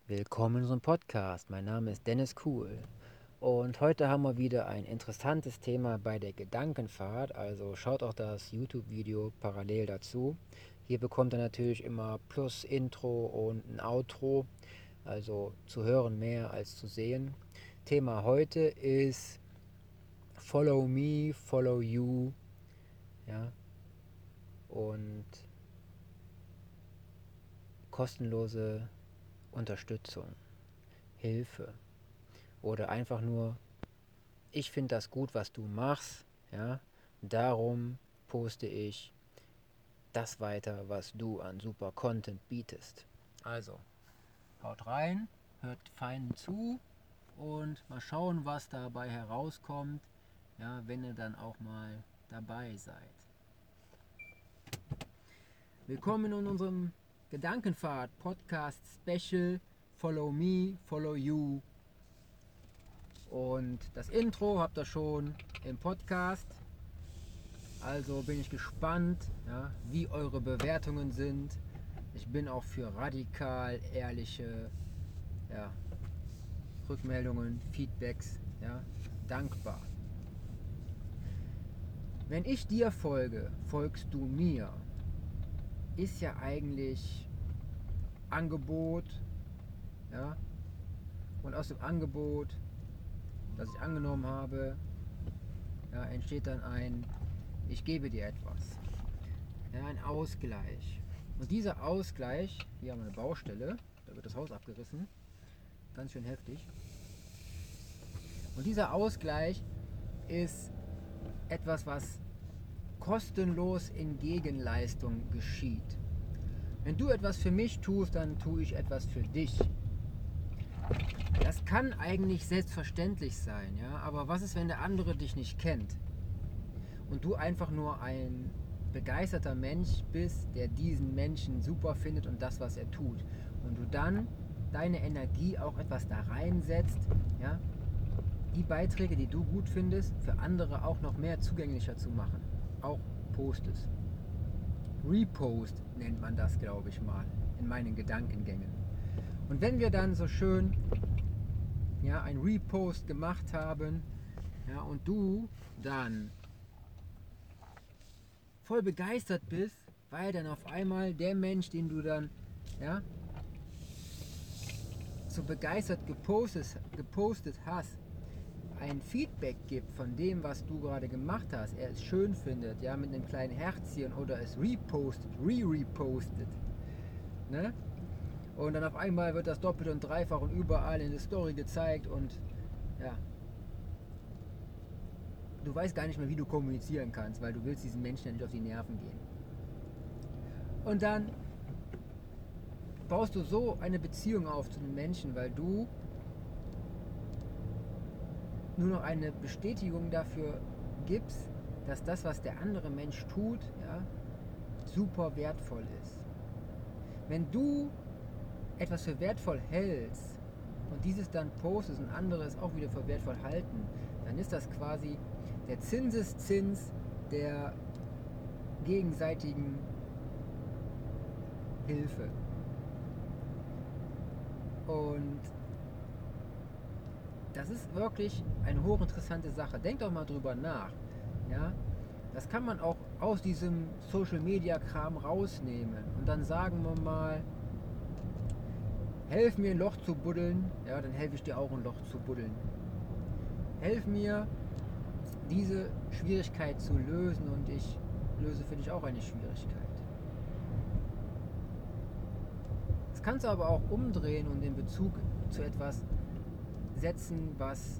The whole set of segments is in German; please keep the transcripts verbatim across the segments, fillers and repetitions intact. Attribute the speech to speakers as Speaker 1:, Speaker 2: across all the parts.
Speaker 1: Willkommen in unserem Podcast. Mein Name ist Dennis Kuhl und heute haben wir wieder ein interessantes Thema bei der Gedankenfahrt. Also schaut auch das YouTube-Video parallel dazu. Hier bekommt ihr natürlich immer plus Intro und ein Outro, also zu hören mehr als zu sehen. Thema heute ist Follow Me, Follow You, ja, und kostenlose Unterstützung, Hilfe oder einfach nur ich finde das gut, was du machst, ja, darum poste ich das weiter, was du an super Content bietest. Also, haut rein, hört fein zu und mal schauen, was dabei herauskommt, ja, wenn ihr dann auch mal dabei seid. Willkommen in unserem Gedankenfahrt Podcast Special Follow Me, Follow You. Und das Intro habt ihr schon im Podcast. Also bin ich gespannt, ja, wie eure Bewertungen sind. Ich bin auch für radikal ehrliche, ja, Rückmeldungen, Feedbacks, ja, dankbar. Wenn ich dir folge, folgst du mir. Ist ja eigentlich Angebot, ja, und aus dem Angebot, das ich angenommen habe, ja, entsteht dann ein, ich gebe dir etwas, ja, ein Ausgleich. Und dieser Ausgleich, hier haben wir eine Baustelle, da wird das Haus abgerissen, ganz schön heftig. Und dieser Ausgleich ist etwas, was kostenlos in Gegenleistung geschieht. Wenn du etwas für mich tust, dann tue ich etwas für dich. Das kann eigentlich selbstverständlich sein, ja, aber was ist, wenn der andere dich nicht kennt und du einfach nur ein begeisterter Mensch bist, der diesen Menschen super findet und das, was er tut, und du dann deine Energie auch etwas da reinsetzt, ja, die Beiträge, die du gut findest, für andere auch noch mehr zugänglicher zu machen. Auch postest. Repost nennt man das, glaube ich mal, in meinen Gedankengängen. Und wenn wir dann so schön, ja, ein Repost gemacht haben, ja, und du dann voll begeistert bist, weil dann auf einmal der Mensch, den du dann, ja, so begeistert gepostet, gepostet hast, ein Feedback gibt von dem, was du gerade gemacht hast, er es schön findet, ja, mit einem kleinen Herzchen oder es repostet, re-repostet, ne? Und dann auf einmal wird das doppelt und dreifach und überall in der Story gezeigt und ja, du weißt gar nicht mehr, wie du kommunizieren kannst, weil du willst diesen Menschen ja nicht auf die Nerven gehen. Und dann baust du so eine Beziehung auf zu den Menschen, weil du nur noch eine Bestätigung dafür gibst, dass das, was der andere Mensch tut, ja, super wertvoll ist. Wenn du etwas für wertvoll hältst und dieses dann postest und andere es auch wieder für wertvoll halten, dann ist das quasi der Zinseszins der gegenseitigen Hilfe. Und das ist wirklich eine hochinteressante Sache. Denkt doch mal drüber nach. Ja? Das kann man auch aus diesem Social Media Kram rausnehmen und dann sagen wir mal, helf mir ein Loch zu buddeln, ja, dann helfe ich dir auch ein Loch zu buddeln. Helf mir diese Schwierigkeit zu lösen und ich löse für dich auch eine Schwierigkeit. Das kannst du aber auch umdrehen und in Bezug zu etwas setzen, was,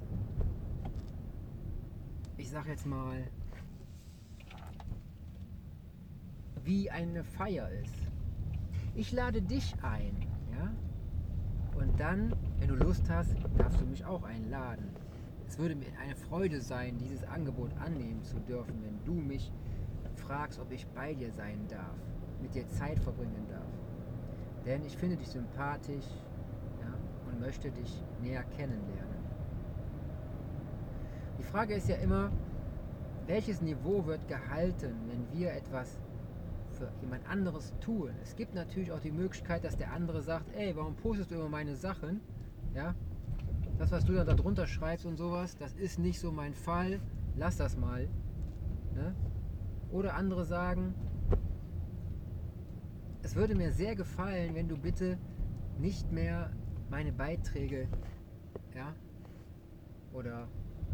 Speaker 1: ich sag jetzt mal, wie eine Feier ist. Ich lade dich ein, ja? Und dann, wenn du Lust hast, darfst du mich auch einladen. Es würde mir eine Freude sein, dieses Angebot annehmen zu dürfen, wenn du mich fragst, ob ich bei dir sein darf, mit dir Zeit verbringen darf. Denn ich finde dich sympathisch, ja, und möchte dich näher kennenlernen. Die Frage ist ja immer, welches Niveau wird gehalten, wenn wir etwas für jemand anderes tun. Es gibt natürlich auch die Möglichkeit, dass der andere sagt, ey, warum postest du immer meine Sachen? Ja, das, was du dann da drunter schreibst und sowas, das ist nicht so mein Fall, lass das mal. Ne? Oder andere sagen, es würde mir sehr gefallen, wenn du bitte nicht mehr meine Beiträge, ja, oder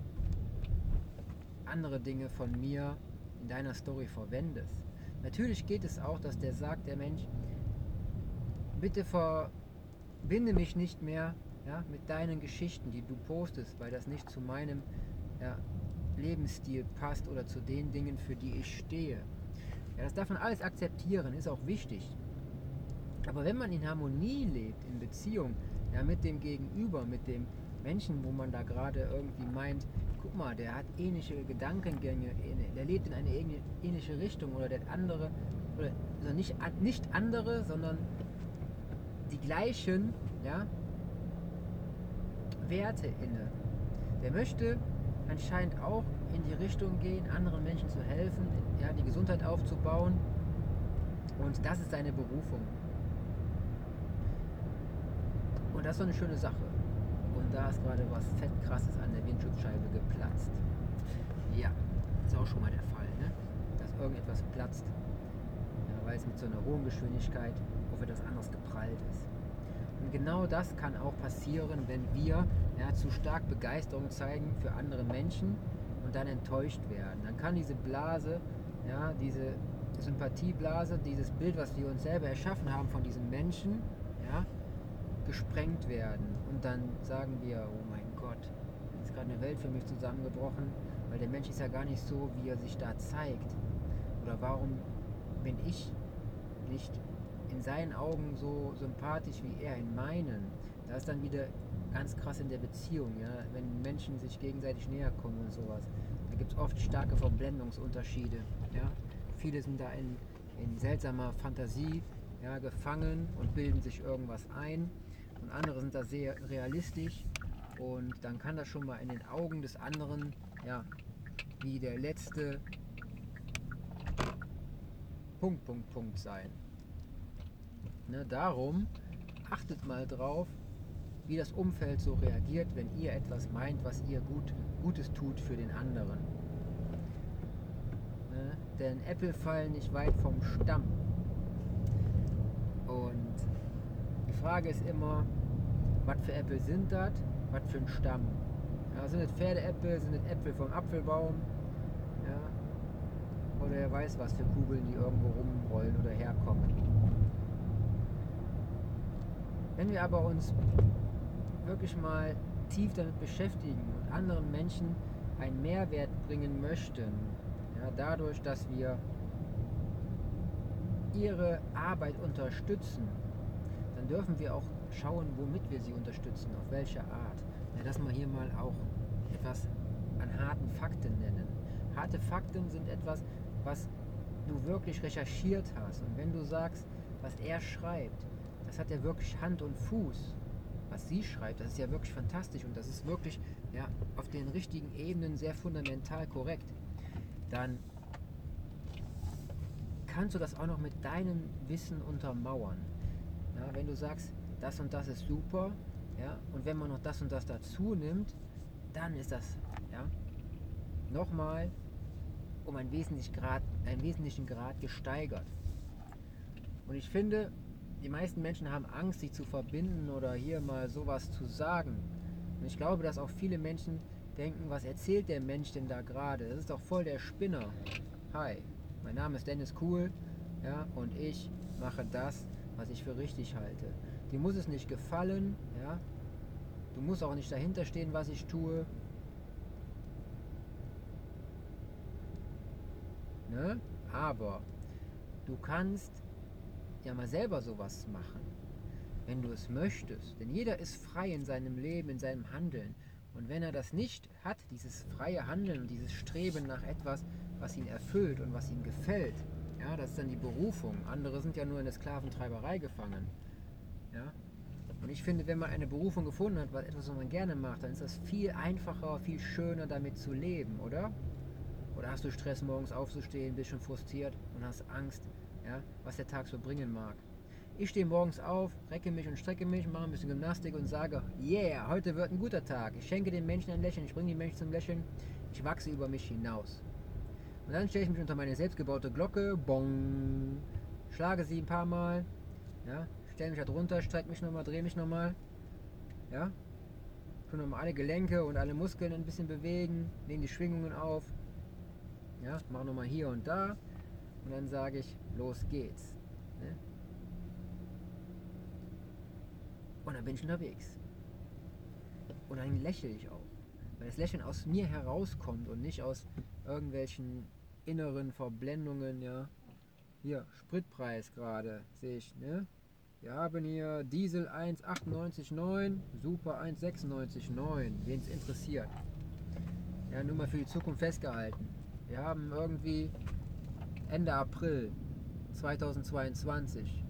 Speaker 1: andere Dinge von mir in deiner Story verwendest. Natürlich geht es auch, dass der sagt, der Mensch, bitte verbinde mich nicht mehr, ja, mit deinen Geschichten, die du postest, weil das nicht zu meinem, ja, Lebensstil passt oder zu den Dingen, für die ich stehe. Ja, das darf man alles akzeptieren, ist auch wichtig. Aber wenn man in Harmonie lebt, in Beziehung, ja, mit dem Gegenüber, mit dem Menschen, wo man da gerade irgendwie meint, guck mal, der hat ähnliche Gedankengänge, der lebt in eine ähnliche Richtung oder der hat andere, oder also nicht, nicht andere, sondern die gleichen, ja, Werte inne. Der möchte anscheinend auch in die Richtung gehen, anderen Menschen zu helfen, ja, die Gesundheit aufzubauen, und das ist seine Berufung. Und das ist so eine schöne Sache. Und da ist gerade was fettkrasses an der Windschutzscheibe geplatzt. Ja, ist auch schon mal der Fall, ne? Dass irgendetwas platzt, ja, weil es mit so einer hohen Geschwindigkeit auf etwas anderes geprallt ist. Und genau das kann auch passieren, wenn wir, ja, zu stark Begeisterung zeigen für andere Menschen und dann enttäuscht werden. Dann kann diese Blase, ja, diese Sympathieblase, dieses Bild, was wir uns selber erschaffen haben von diesem Menschen, ja, gesprengt werden. Und dann sagen wir, oh mein Gott, jetzt ist gerade eine Welt für mich zusammengebrochen, weil der Mensch ist ja gar nicht so, wie er sich da zeigt. Oder warum bin ich nicht in seinen Augen so sympathisch wie er in meinen? Da ist dann wieder ganz krass in der Beziehung, ja, wenn Menschen sich gegenseitig näher kommen und sowas. Da gibt es oft starke Verblendungsunterschiede. Ja. Viele sind da in, in seltsamer Fantasie, ja, gefangen und bilden sich irgendwas ein. Und andere sind da sehr realistisch, und dann kann das schon mal in den Augen des anderen, ja, wie der letzte Punkt, Punkt, Punkt sein. Ne, darum achtet mal drauf, wie das Umfeld so reagiert, wenn ihr etwas meint, was ihr gut, Gutes tut für den anderen. Ne, denn Äpfel fallen nicht weit vom Stamm. Und die Frage ist immer, was für Äpfel sind das? Was für ein Stamm? Ja, sind es Pferdeäpfel? Sind es Äpfel vom Apfelbaum? Ja? Oder wer weiß, was für Kugeln, die irgendwo rumrollen oder herkommen. Wenn wir aber uns wirklich mal tief damit beschäftigen und anderen Menschen einen Mehrwert bringen möchten, ja, dadurch, dass wir ihre Arbeit unterstützen, dann dürfen wir auch schauen, womit wir sie unterstützen, auf welche Art. Ja, dass wir hier mal auch etwas an harten Fakten nennen. Harte Fakten sind etwas, was du wirklich recherchiert hast. Und wenn du sagst, was er schreibt, das hat ja wirklich Hand und Fuß. Was sie schreibt, das ist ja wirklich fantastisch und das ist wirklich, ja, auf den richtigen Ebenen sehr fundamental korrekt. Dann kannst du das auch noch mit deinem Wissen untermauern. Ja, wenn du sagst, das und das ist super, ja, und wenn man noch das und das dazu nimmt, dann ist das, ja, nochmal um einen wesentlichen Grad, einen wesentlichen Grad gesteigert. Und ich finde, die meisten Menschen haben Angst, sich zu verbinden oder hier mal sowas zu sagen. Und ich glaube, dass auch viele Menschen denken, was erzählt der Mensch denn da gerade? Das ist doch voll der Spinner. Hi, mein Name ist Dennis Kuhl, ja, und ich mache das, was ich für richtig halte. Dir muss es nicht gefallen, ja. Du musst auch nicht dahinter stehen, was ich tue. Ne? Aber du kannst ja mal selber sowas machen, wenn du es möchtest. Denn jeder ist frei in seinem Leben, in seinem Handeln. Und wenn er das nicht hat, dieses freie Handeln und dieses Streben nach etwas, was ihn erfüllt und was ihm gefällt, ja, das ist dann die Berufung. Andere sind ja nur in der Sklaventreiberei gefangen. Ja? Und ich finde, wenn man eine Berufung gefunden hat, was etwas, was man gerne macht, dann ist das viel einfacher, viel schöner, damit zu leben, oder? Oder hast du Stress, morgens aufzustehen, bist schon frustriert und hast Angst, ja, was der Tag so bringen mag. Ich stehe morgens auf, recke mich und strecke mich, mache ein bisschen Gymnastik und sage, yeah, heute wird ein guter Tag. Ich schenke den Menschen ein Lächeln, ich bringe die Menschen zum Lächeln, ich wachse über mich hinaus. Und dann stelle ich mich unter meine selbstgebaute Glocke, bong, schlage sie ein paar Mal, ja, stelle mich da drunter, strecke mich nochmal, drehe mich nochmal, ja, tue nochmal alle Gelenke und alle Muskeln ein bisschen bewegen, nehme die Schwingungen auf, ja, mache nochmal hier und da und dann sage ich, los geht's. Ne? Und dann bin ich unterwegs. Und dann lächle ich auch. Weil das Lächeln aus mir herauskommt und nicht aus irgendwelchen inneren Verblendungen, ja. Hier, Spritpreis gerade, sehe ich, ne? Wir haben hier Diesel eins Komma achtundneunzig neun, Super eins Komma sechsundneunzig neun, wen es interessiert. Ja, nur mal für die Zukunft festgehalten. Wir haben irgendwie Ende April zweitausendzweiundzwanzig.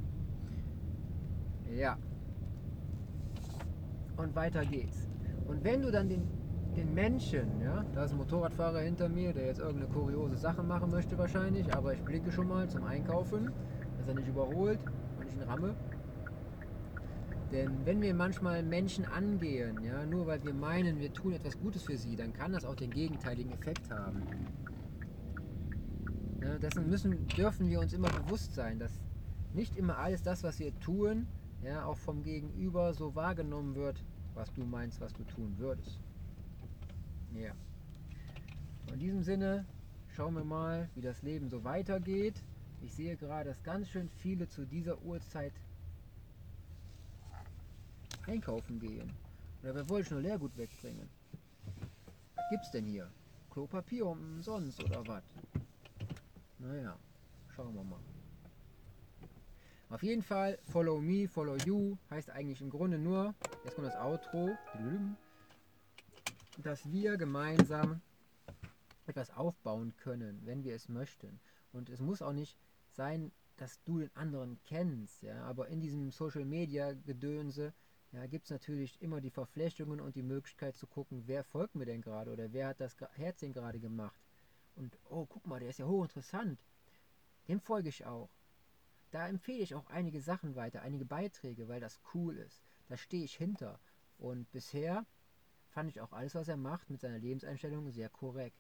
Speaker 1: Ja, und weiter geht's. Und wenn du dann den, den Menschen, ja, da ist ein Motorradfahrer hinter mir, der jetzt irgendeine kuriose Sache machen möchte wahrscheinlich, aber ich blicke schon mal zum Einkaufen, dass er nicht überholt und ich ihn ramme. Denn wenn wir manchmal Menschen angehen, ja, nur weil wir meinen, wir tun etwas Gutes für sie, dann kann das auch den gegenteiligen Effekt haben. Ja, dessen müssen, dürfen wir uns immer bewusst sein, dass nicht immer alles das, was wir tun, ja, auch vom Gegenüber so wahrgenommen wird, was du meinst, was du tun würdest. Ja. In diesem Sinne schauen wir mal, wie das Leben so weitergeht. Ich sehe gerade, dass ganz schön viele zu dieser Uhrzeit einkaufen gehen. Oder wer wollte nur Leergut wegbringen? Was gibt's denn hier? Klopapier umsonst oder was? Naja, schauen wir mal. Auf jeden Fall, follow me, follow you heißt eigentlich im Grunde nur, jetzt kommt das Outro, dass wir gemeinsam etwas aufbauen können, wenn wir es möchten. Und es muss auch nicht sein, dass du den anderen kennst, ja, aber in diesem Social Media Gedönse, ja, gibt es natürlich immer die Verflechtungen und die Möglichkeit zu gucken, wer folgt mir denn gerade oder wer hat das Herzchen gerade gemacht. Und oh, guck mal, der ist ja hochinteressant. Dem folge ich auch. Da empfehle ich auch einige Sachen weiter, einige Beiträge, weil das cool ist. Da stehe ich hinter. Und bisher fand ich auch alles, was er macht mit seiner Lebenseinstellung, sehr korrekt.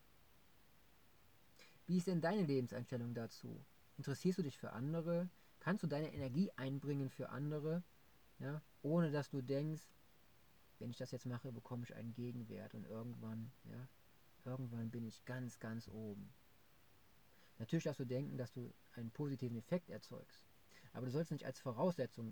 Speaker 1: Wie ist denn deine Lebenseinstellung dazu? Interessierst du dich für andere? Kannst du deine Energie einbringen für andere? Ja, ohne dass du denkst, wenn ich das jetzt mache, bekomme ich einen Gegenwert und irgendwann, ja, irgendwann bin ich ganz, ganz oben. Natürlich darfst du denken, dass du einen positiven Effekt erzeugst. Aber du sollst nicht als Voraussetzung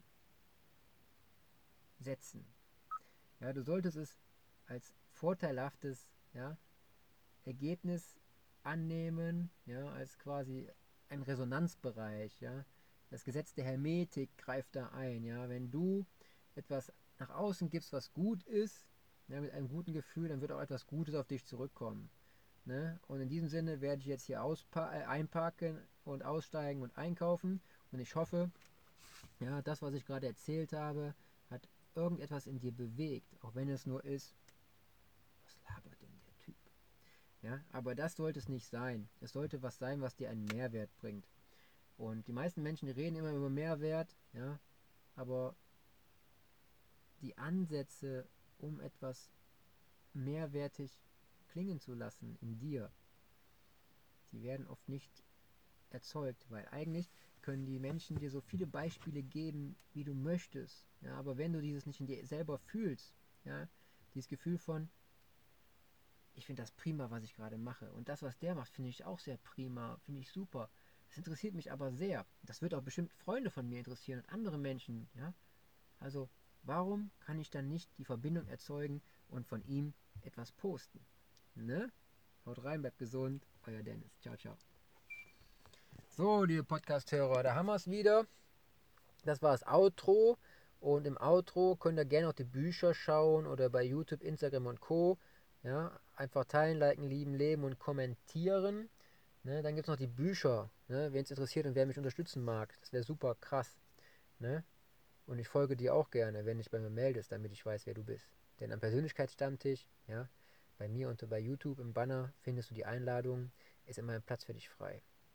Speaker 1: setzen. Ja, du solltest es als vorteilhaftes, ja, Ergebnis annehmen, ja, als quasi ein Resonanzbereich, ja. Das Gesetz der Hermetik greift da ein, ja. Wenn du etwas nach außen gibst, was gut ist, ja, mit einem guten Gefühl, dann wird auch etwas Gutes auf dich zurückkommen. Ne? Und in diesem Sinne werde ich jetzt hier auspa- äh, einparken und aussteigen und einkaufen. Und ich hoffe, ja, das, was ich gerade erzählt habe, hat irgendetwas in dir bewegt. Auch wenn es nur ist, was labert denn der Typ? Ja, aber das sollte es nicht sein. Es sollte was sein, was dir einen Mehrwert bringt. Und die meisten Menschen die reden immer über Mehrwert, ja, aber die Ansätze, um etwas mehrwertig klingen zu lassen in dir, die werden oft nicht erzeugt, weil eigentlich können die Menschen dir so viele Beispiele geben, wie du möchtest, ja, aber wenn du dieses nicht in dir selber fühlst, ja, dieses Gefühl von, ich finde das prima, was ich gerade mache und das, was der macht, finde ich auch sehr prima, finde ich super. Das interessiert mich aber sehr. Das wird auch bestimmt Freunde von mir interessieren und andere Menschen, ja. Also, warum kann ich dann nicht die Verbindung erzeugen und von ihm etwas posten? Ne? Haut rein, bleibt gesund. Euer Dennis. Ciao, ciao. So, liebe Podcast-Hörer, da haben wir es wieder. Das war das Outro. Und im Outro könnt ihr gerne auch die Bücher schauen oder bei YouTube, Instagram und Co. Ja, einfach teilen, liken, lieben, leben und kommentieren. Ne, dann gibt es noch die Bücher, ne, wen es interessiert und wer mich unterstützen mag. Das wäre super krass. Ne? Und ich folge dir auch gerne, wenn dich bei mir meldest, damit ich weiß, wer du bist. Denn am Persönlichkeitsstammtisch, ja, bei mir und bei YouTube im Banner findest du die Einladung, ist immer ein Platz für dich frei.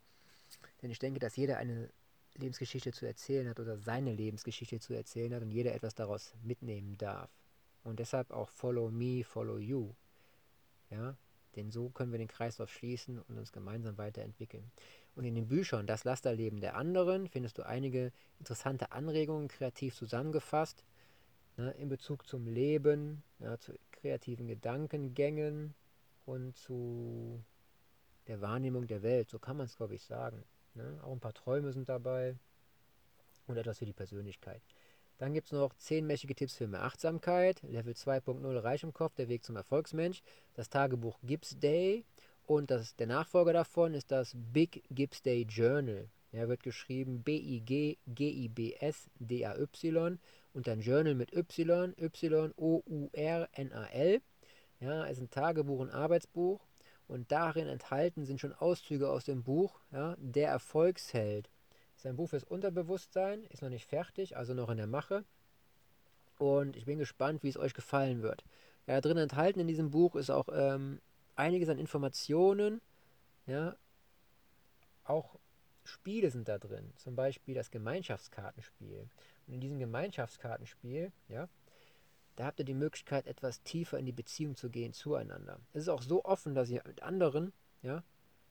Speaker 1: Denn ich denke, dass jeder eine Lebensgeschichte zu erzählen hat oder seine Lebensgeschichte zu erzählen hat und jeder etwas daraus mitnehmen darf. Und deshalb auch Follow Me, Follow You. Ja? Denn so können wir den Kreislauf schließen und uns gemeinsam weiterentwickeln. Und in den Büchern Das Lasterleben der anderen findest du einige interessante Anregungen kreativ zusammengefasst, ne, in Bezug zum Leben, ja, zu kreativen Gedankengängen und zu der Wahrnehmung der Welt. So kann man es, glaube ich, sagen. Ne? Auch ein paar Träume sind dabei und etwas für die Persönlichkeit. Dann gibt es noch zehn mächtige Tipps für mehr Achtsamkeit, Level zwei Punkt null Reich im Kopf, der Weg zum Erfolgsmensch, das Tagebuch Gibbs Day und das, der Nachfolger davon ist das Big Gibbs Day Journal. Ja, wird geschrieben B I G G I B S D A Y und dann Journal mit Y, Y O U R N A L. Ja, ist ein Tagebuch und Arbeitsbuch und darin enthalten sind schon Auszüge aus dem Buch, ja, Der Erfolgsheld. Ist ein Buch fürs Unterbewusstsein, ist noch nicht fertig, also noch in der Mache. Und ich bin gespannt, wie es euch gefallen wird. Ja, drin enthalten in diesem Buch ist auch ähm, einiges an Informationen. Ja, auch Spiele sind da drin. Zum Beispiel das Gemeinschaftskartenspiel. Und in diesem Gemeinschaftskartenspiel, ja, da habt ihr die Möglichkeit, etwas tiefer in die Beziehung zu gehen zueinander. Es ist auch so offen, dass ihr mit anderen, ja,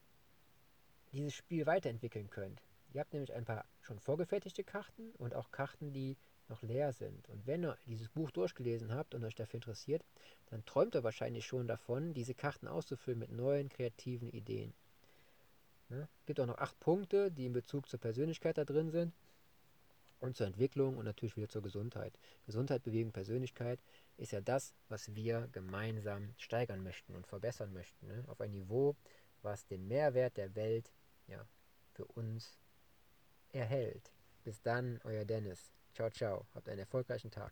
Speaker 1: dieses Spiel weiterentwickeln könnt. Ihr habt nämlich ein paar schon vorgefertigte Karten und auch Karten, die noch leer sind. Und wenn ihr dieses Buch durchgelesen habt und euch dafür interessiert, dann träumt ihr wahrscheinlich schon davon, diese Karten auszufüllen mit neuen kreativen Ideen. Ne? Es gibt auch noch acht Punkte, die in Bezug zur Persönlichkeit da drin sind und zur Entwicklung und natürlich wieder zur Gesundheit. Gesundheit, Bewegung, Persönlichkeit ist ja das, was wir gemeinsam steigern möchten und verbessern möchten. Ne? Auf ein Niveau, was den Mehrwert der Welt, ja, für uns erhält. Bis dann, euer Dennis. Ciao, ciao. Habt einen erfolgreichen Tag.